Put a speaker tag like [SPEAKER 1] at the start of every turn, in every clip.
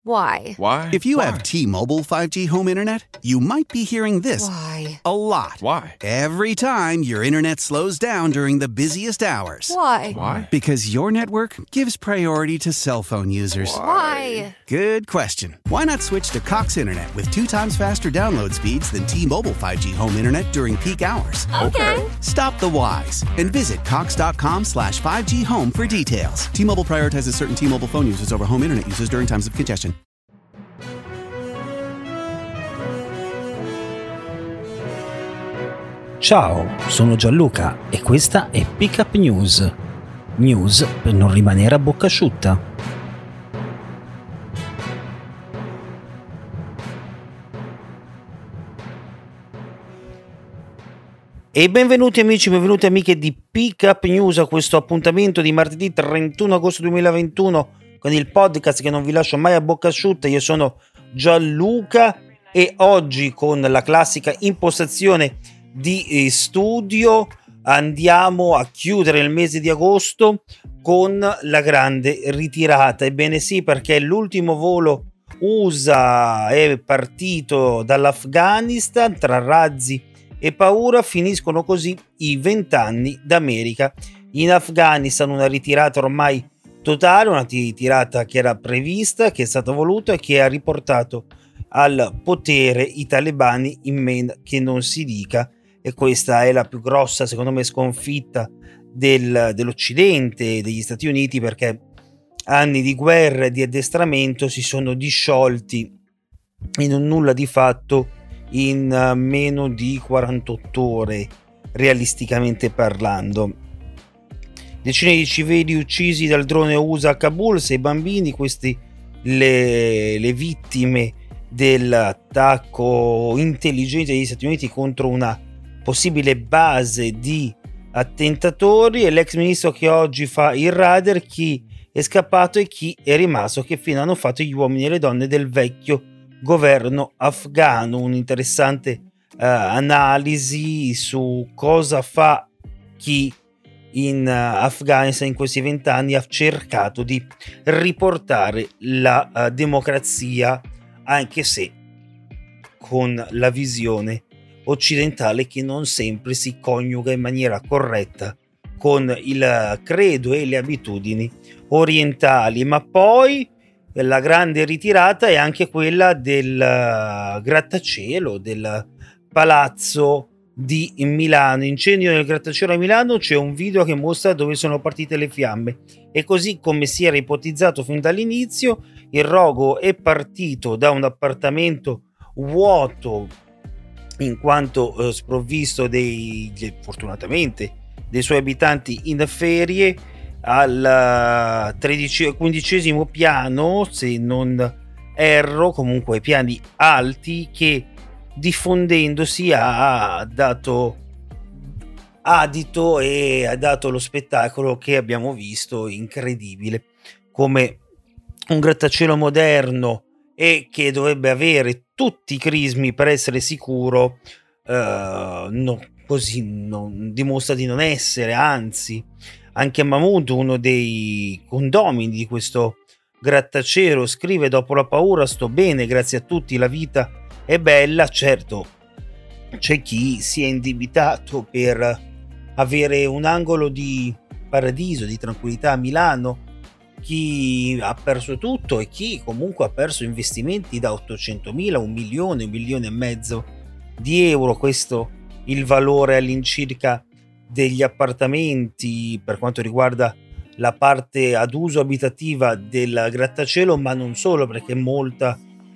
[SPEAKER 1] Why?
[SPEAKER 2] Why?
[SPEAKER 3] If you
[SPEAKER 2] Why?
[SPEAKER 3] have T-Mobile 5G home internet, you might be hearing this
[SPEAKER 1] Why?
[SPEAKER 3] a lot.
[SPEAKER 2] Why?
[SPEAKER 3] Every time your internet slows down during the busiest hours.
[SPEAKER 1] Why?
[SPEAKER 2] Why?
[SPEAKER 3] Because your network gives priority to cell phone users.
[SPEAKER 1] Why?
[SPEAKER 3] Good question. Why not switch to Cox Internet with 2 times faster download speeds than T-Mobile 5G home internet during peak hours?
[SPEAKER 1] Okay.
[SPEAKER 3] Stop the whys and visit cox.com/5G home for details. T-Mobile prioritizes certain T-Mobile phone users over home internet users during times of congestion.
[SPEAKER 4] Ciao, sono Gianluca e questa è Pick Up News. News per non rimanere a bocca asciutta. E benvenuti amici, benvenuti amiche di Pick Up News a questo appuntamento di martedì 31 agosto 2021 con il podcast che non vi lascio mai a bocca asciutta. Io sono Gianluca e oggi con la classica impostazione di studio andiamo a chiudere il mese di agosto con la grande ritirata. Ebbene sì, perché l'ultimo volo USA è partito dall'Afghanistan tra razzi e paura. Finiscono così i 20 anni d'America in Afghanistan, una ritirata ormai totale, una ritirata che era prevista, che è stata voluta e che ha riportato al potere i talebani in men che non si dica. E questa è la più grossa, secondo me, sconfitta dell'Occidente, degli Stati Uniti, perché anni di guerra e di addestramento si sono disciolti in un nulla di fatto in meno di 48 ore, realisticamente parlando. Decine di civili uccisi dal drone USA a Kabul, 6 bambini, questi le vittime dell'attacco intelligente degli Stati Uniti contro una possibile base di attentatori. E l'ex ministro che oggi fa il radar, chi è scappato e chi è rimasto, che fine hanno fatto gli uomini e le donne del vecchio governo afghano. Un'interessante analisi su cosa fa chi in Afghanistan in questi 20 anni ha cercato di riportare la democrazia, anche se con la visione occidentale che non sempre si coniuga in maniera corretta con il credo e le abitudini orientali. Ma poi la grande ritirata è anche quella del grattacielo del palazzo di Milano. Incendio nel grattacielo a Milano, c'è un video che mostra dove sono partite le fiamme e così come si era ipotizzato fin dall'inizio, il rogo è partito da un appartamento vuoto in quanto sprovvisto fortunatamente dei suoi abitanti in ferie, al 15° piano, se non erro, comunque piani alti, che diffondendosi ha dato adito e ha dato lo spettacolo che abbiamo visto, incredibile, come un grattacielo moderno e che dovrebbe avere tutti i crismi per essere sicuro, così non dimostra di non essere. Anzi, anche Mahmood, uno dei condomini di questo grattacielo, scrive: dopo la paura sto bene, grazie a tutti, la vita è bella. Certo, c'è chi si è indebitato per avere un angolo di paradiso, di tranquillità a Milano, chi ha perso tutto e chi comunque ha perso investimenti da 800.000, 1 milione, 1 milione e mezzo di euro. Questo il valore all'incirca degli appartamenti per quanto riguarda la parte ad uso abitativa del grattacielo, ma non solo, perché molti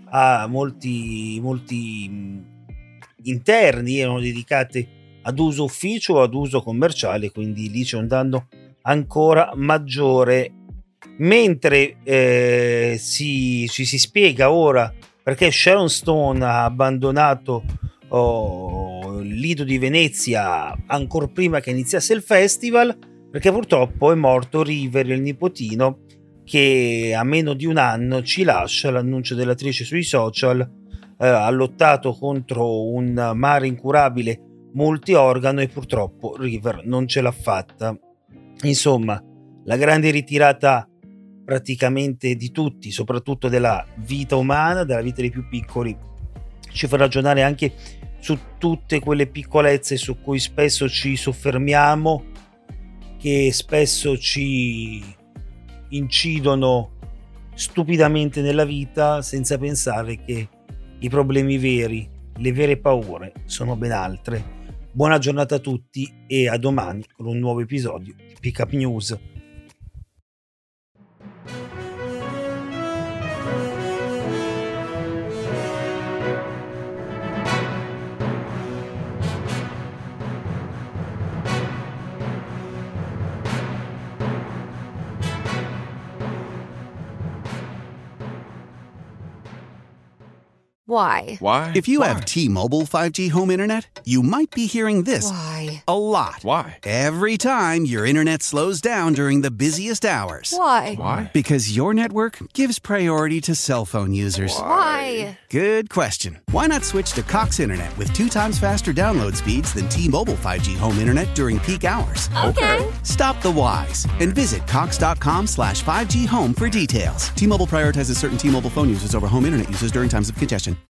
[SPEAKER 4] interni erano dedicati ad uso ufficio o ad uso commerciale, quindi lì c'è un danno ancora maggiore. Mentre ci si spiega ora perché Sharon Stone ha abbandonato il Lido di Venezia ancora prima che iniziasse il festival, perché purtroppo è morto River, il nipotino, che a meno di un anno ci lascia. L'annuncio dell'attrice sui social: ha lottato contro un mare incurabile multiorgano e purtroppo River non ce l'ha fatta. Insomma, la grande ritirata praticamente di tutti, soprattutto della vita umana, della vita dei più piccoli. Ci fa ragionare anche su tutte quelle piccolezze su cui spesso ci soffermiamo, che spesso ci incidono stupidamente nella vita, senza pensare che i problemi veri, le vere paure sono ben altre. Buona giornata a tutti e a domani con un nuovo episodio di Pick Up News.
[SPEAKER 1] Why?
[SPEAKER 2] Why?
[SPEAKER 3] If you
[SPEAKER 2] Why?
[SPEAKER 3] have T-Mobile 5G home internet, you might be hearing this
[SPEAKER 1] Why?
[SPEAKER 3] a lot.
[SPEAKER 2] Why?
[SPEAKER 3] Every time your internet slows down during the busiest hours.
[SPEAKER 1] Why?
[SPEAKER 2] Why?
[SPEAKER 3] Because your network gives priority to cell phone users.
[SPEAKER 1] Why?
[SPEAKER 3] Good question. Why not switch to Cox Internet with 2 times faster download speeds than T-Mobile 5G home internet during peak hours?
[SPEAKER 1] Okay.
[SPEAKER 3] Stop the whys and visit cox.com/5G home for details. T-Mobile prioritizes certain T-Mobile phone users over home internet users during times of congestion.